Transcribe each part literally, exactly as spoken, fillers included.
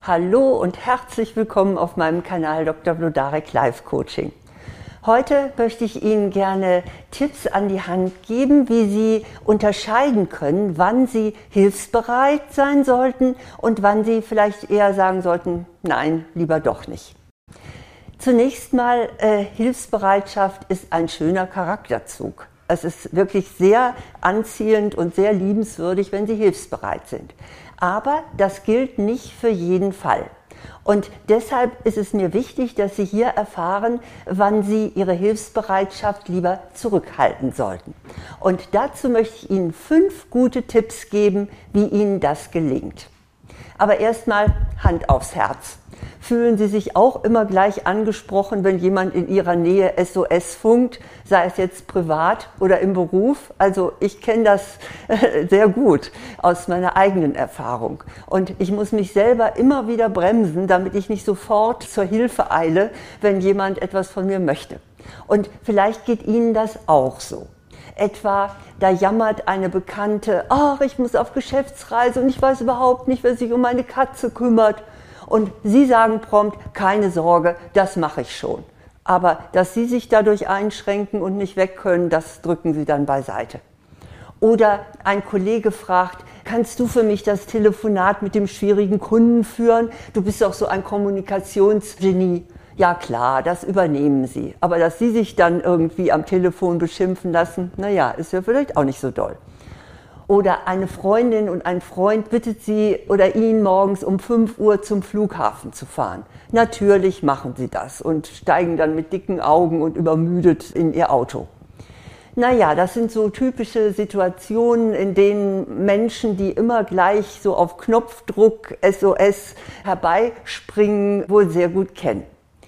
Hallo und herzlich willkommen auf meinem Kanal Doktor Wlodarek Life Coaching. Heute möchte ich Ihnen gerne Tipps an die Hand geben, wie Sie unterscheiden können, wann Sie hilfsbereit sein sollten und wann Sie vielleicht eher sagen sollten, nein, lieber doch nicht. Zunächst mal, äh, Hilfsbereitschaft ist ein schöner Charakterzug. Es ist wirklich sehr anziehend und sehr liebenswürdig, wenn Sie hilfsbereit sind. Aber das gilt nicht für jeden Fall. Und deshalb ist es mir wichtig, dass Sie hier erfahren, wann Sie Ihre Hilfsbereitschaft lieber zurückhalten sollten. Und dazu möchte ich Ihnen fünf gute Tipps geben, wie Ihnen das gelingt. Aber erstmal Hand aufs Herz. Fühlen Sie sich auch immer gleich angesprochen, wenn jemand in Ihrer Nähe S O S funkt, sei es jetzt privat oder im Beruf? Also ich kenne das sehr gut aus meiner eigenen Erfahrung. Und ich muss mich selber immer wieder bremsen, damit ich nicht sofort zur Hilfe eile, wenn jemand etwas von mir möchte. Und vielleicht geht Ihnen das auch so. Etwa, da jammert eine Bekannte, ach, ich muss auf Geschäftsreise und ich weiß überhaupt nicht, wer sich um meine Katze kümmert. Und Sie sagen prompt, keine Sorge, das mache ich schon. Aber dass Sie sich dadurch einschränken und nicht weg können, das drücken Sie dann beiseite. Oder ein Kollege fragt, kannst du für mich das Telefonat mit dem schwierigen Kunden führen? Du bist doch so ein Kommunikationsgenie. Ja klar, das übernehmen Sie. Aber dass Sie sich dann irgendwie am Telefon beschimpfen lassen, naja, ist ja vielleicht auch nicht so doll. Oder eine Freundin und ein Freund bittet Sie oder ihn morgens um fünf Uhr zum Flughafen zu fahren. Natürlich machen Sie das und steigen dann mit dicken Augen und übermüdet in Ihr Auto. Naja, das sind so typische Situationen, in denen Menschen, die immer gleich so auf Knopfdruck S O S herbeispringen, wohl sehr gut kennen.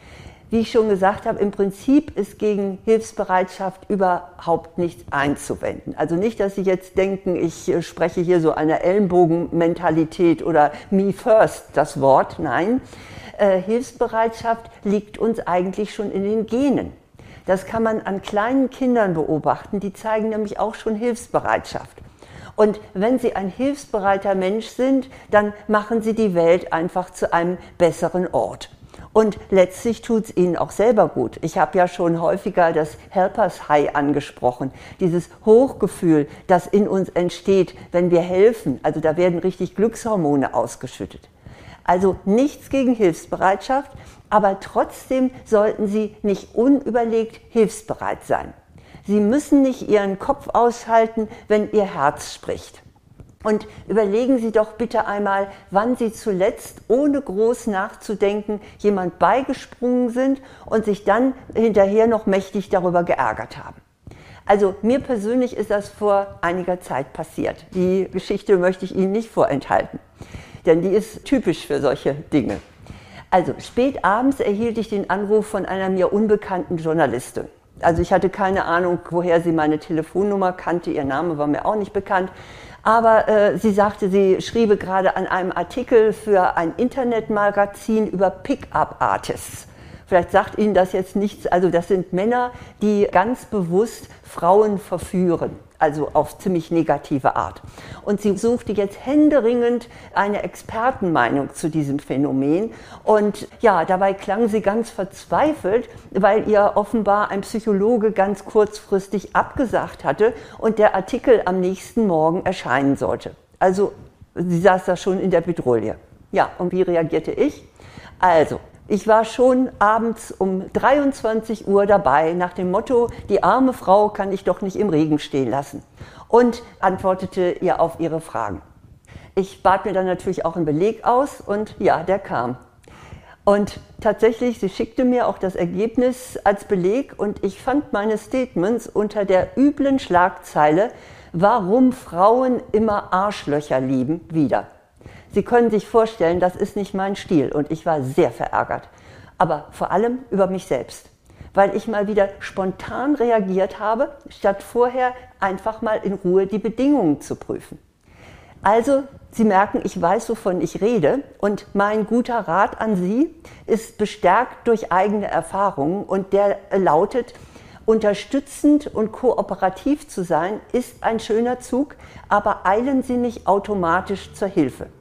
Wie ich schon gesagt habe, im Prinzip ist gegen Hilfsbereitschaft überhaupt nichts einzuwenden. Also nicht, dass Sie jetzt denken, ich spreche hier so einer Ellenbogenmentalität oder me first das Wort. Nein, äh, Hilfsbereitschaft liegt uns eigentlich schon in den Genen. Das kann man an kleinen Kindern beobachten, die zeigen nämlich auch schon Hilfsbereitschaft. Und wenn Sie ein hilfsbereiter Mensch sind, dann machen Sie die Welt einfach zu einem besseren Ort. Und letztlich tut es Ihnen auch selber gut. Ich habe ja schon häufiger das Helpers High angesprochen, dieses Hochgefühl, das in uns entsteht, wenn wir helfen. Also da werden richtig Glückshormone ausgeschüttet. Also nichts gegen Hilfsbereitschaft, aber trotzdem sollten Sie nicht unüberlegt hilfsbereit sein. Sie müssen nicht Ihren Kopf aushalten, wenn Ihr Herz spricht. Und überlegen Sie doch bitte einmal, wann Sie zuletzt, ohne groß nachzudenken, jemand beigesprungen sind und sich dann hinterher noch mächtig darüber geärgert haben. Also mir persönlich ist das vor einiger Zeit passiert. Die Geschichte möchte ich Ihnen nicht vorenthalten, denn die ist typisch für solche Dinge. Also spät abends erhielt ich den Anruf von einer mir unbekannten Journalistin. Also ich hatte keine Ahnung, woher sie meine Telefonnummer kannte, ihr Name war mir auch nicht bekannt. Aber äh, sie sagte, sie schriebe gerade an einem Artikel für ein Internetmagazin über Pick-up-Artists. Vielleicht sagt Ihnen das jetzt nichts. Also das sind Männer, die ganz bewusst Frauen verführen, also auf ziemlich negative Art. Und sie suchte jetzt händeringend eine Expertenmeinung zu diesem Phänomen. Und ja, dabei klang sie ganz verzweifelt, weil ihr offenbar ein Psychologe ganz kurzfristig abgesagt hatte und der Artikel am nächsten Morgen erscheinen sollte. Also sie saß da schon in der Bedrohung. Ja, und wie reagierte ich? Also, ich war schon abends um dreiundzwanzig Uhr dabei, nach dem Motto, die arme Frau kann ich doch nicht im Regen stehen lassen, und antwortete ihr auf ihre Fragen. Ich bat mir dann natürlich auch einen Beleg aus und ja, der kam. Und tatsächlich, sie schickte mir auch das Ergebnis als Beleg und ich fand meine Statements unter der üblen Schlagzeile, warum Frauen immer Arschlöcher lieben, wieder. Sie können sich vorstellen, das ist nicht mein Stil und ich war sehr verärgert. Aber vor allem über mich selbst, weil ich mal wieder spontan reagiert habe, statt vorher einfach mal in Ruhe die Bedingungen zu prüfen. Also, Sie merken, ich weiß, wovon ich rede und mein guter Rat an Sie ist bestärkt durch eigene Erfahrungen und der lautet, unterstützend und kooperativ zu sein ist ein schöner Zug, aber eilen Sie nicht automatisch zur Hilfe.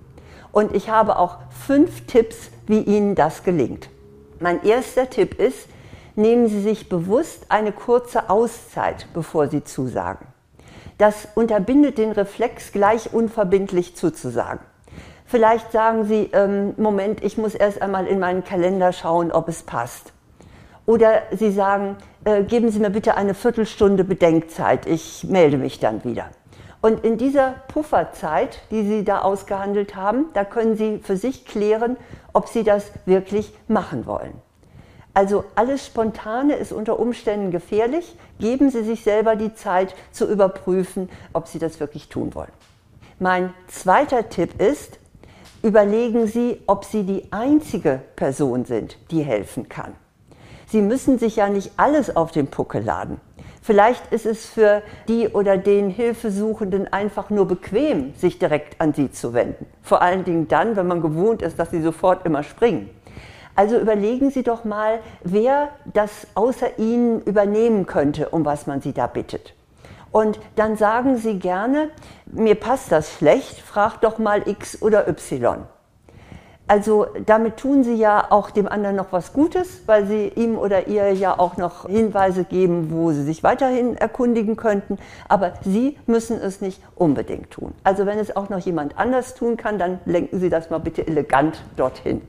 Und ich habe auch fünf Tipps, wie Ihnen das gelingt. Mein erster Tipp ist, nehmen Sie sich bewusst eine kurze Auszeit, bevor Sie zusagen. Das unterbindet den Reflex, gleich unverbindlich zuzusagen. Vielleicht sagen Sie, ähm, Moment, ich muss erst einmal in meinen Kalender schauen, ob es passt. Oder Sie sagen, äh, geben Sie mir bitte eine Viertelstunde Bedenkzeit, ich melde mich dann wieder. Und in dieser Pufferzeit, die Sie da ausgehandelt haben, da können Sie für sich klären, ob Sie das wirklich machen wollen. Also alles Spontane ist unter Umständen gefährlich. Geben Sie sich selber die Zeit zu überprüfen, ob Sie das wirklich tun wollen. Mein zweiter Tipp ist, überlegen Sie, ob Sie die einzige Person sind, die helfen kann. Sie müssen sich ja nicht alles auf den Puckel laden. Vielleicht ist es für die oder den Hilfesuchenden einfach nur bequem, sich direkt an Sie zu wenden. Vor allen Dingen dann, wenn man gewohnt ist, dass Sie sofort immer springen. Also überlegen Sie doch mal, wer das außer Ihnen übernehmen könnte, um was man Sie da bittet. Und dann sagen Sie gerne, mir passt das schlecht, frag doch mal X oder Y. Also damit tun Sie ja auch dem anderen noch was Gutes, weil Sie ihm oder ihr ja auch noch Hinweise geben, wo Sie sich weiterhin erkundigen könnten. Aber Sie müssen es nicht unbedingt tun. Also wenn es auch noch jemand anders tun kann, dann lenken Sie das mal bitte elegant dorthin.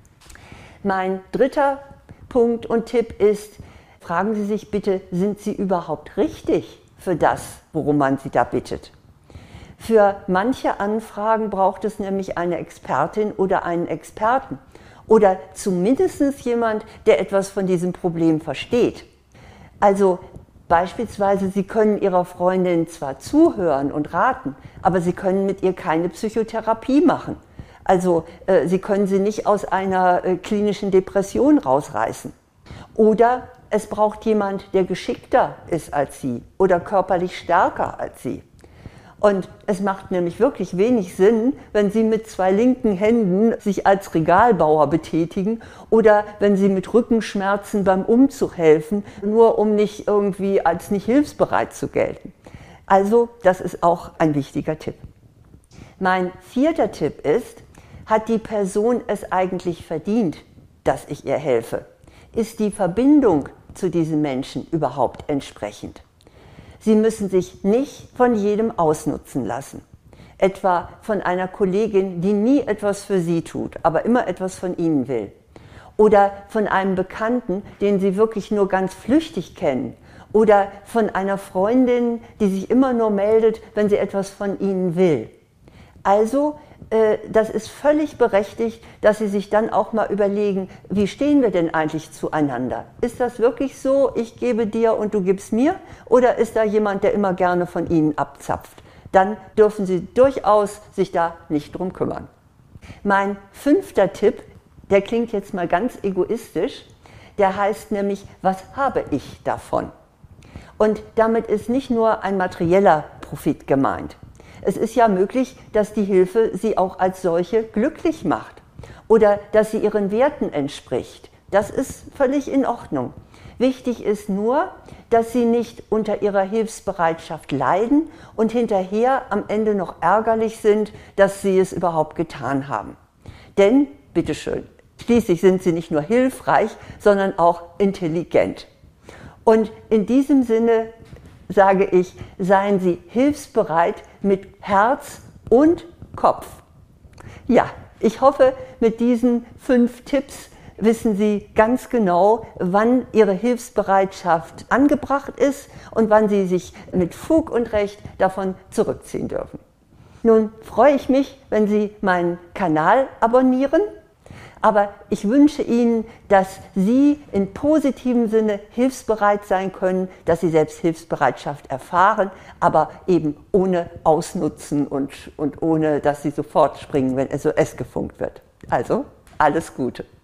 Mein dritter Punkt und Tipp ist, fragen Sie sich bitte, sind Sie überhaupt richtig für das, worum man Sie da bittet? Für manche Anfragen braucht es nämlich eine Expertin oder einen Experten oder zumindest jemand, der etwas von diesem Problem versteht. Also beispielsweise, Sie können Ihrer Freundin zwar zuhören und raten, aber Sie können mit ihr keine Psychotherapie machen. Also äh, Sie können sie nicht aus einer äh, klinischen Depression rausreißen. Oder es braucht jemand, der geschickter ist als Sie oder körperlich stärker als Sie. Und es macht nämlich wirklich wenig Sinn, wenn Sie mit zwei linken Händen sich als Regalbauer betätigen oder wenn Sie mit Rückenschmerzen beim Umzug helfen, nur um nicht irgendwie als nicht hilfsbereit zu gelten. Also das ist auch ein wichtiger Tipp. Mein vierter Tipp ist, hat die Person es eigentlich verdient, dass ich ihr helfe? Ist die Verbindung zu diesem Menschen überhaupt entsprechend? Sie müssen sich nicht von jedem ausnutzen lassen. Etwa von einer Kollegin, die nie etwas für Sie tut, aber immer etwas von Ihnen will. Oder von einem Bekannten, den Sie wirklich nur ganz flüchtig kennen. Oder von einer Freundin, die sich immer nur meldet, wenn sie etwas von Ihnen will. Also, äh, das ist völlig berechtigt, dass Sie sich dann auch mal überlegen, wie stehen wir denn eigentlich zueinander? Ist das wirklich so, ich gebe dir und du gibst mir? Oder ist da jemand, der immer gerne von Ihnen abzapft? Dann dürfen Sie durchaus sich da nicht drum kümmern. Mein fünfter Tipp, der klingt jetzt mal ganz egoistisch, der heißt nämlich, was habe ich davon? Und damit ist nicht nur ein materieller Profit gemeint. Es ist ja möglich, dass die Hilfe Sie auch als solche glücklich macht oder dass sie Ihren Werten entspricht. Das ist völlig in Ordnung. Wichtig ist nur, dass Sie nicht unter Ihrer Hilfsbereitschaft leiden und hinterher am Ende noch ärgerlich sind, dass Sie es überhaupt getan haben. Denn, bitteschön, schließlich sind Sie nicht nur hilfreich, sondern auch intelligent. Und in diesem Sinne sage ich, seien Sie hilfsbereit mit Herz und Kopf. Ja, ich hoffe, mit diesen fünf Tipps wissen Sie ganz genau, wann Ihre Hilfsbereitschaft angebracht ist und wann Sie sich mit Fug und Recht davon zurückziehen dürfen. Nun freue ich mich, wenn Sie meinen Kanal abonnieren. Aber ich wünsche Ihnen, dass Sie in positivem Sinne hilfsbereit sein können, dass Sie selbst Hilfsbereitschaft erfahren, aber eben ohne Ausnutzen und, und ohne, dass Sie sofort springen, wenn S O S gefunkt wird. Also, alles Gute.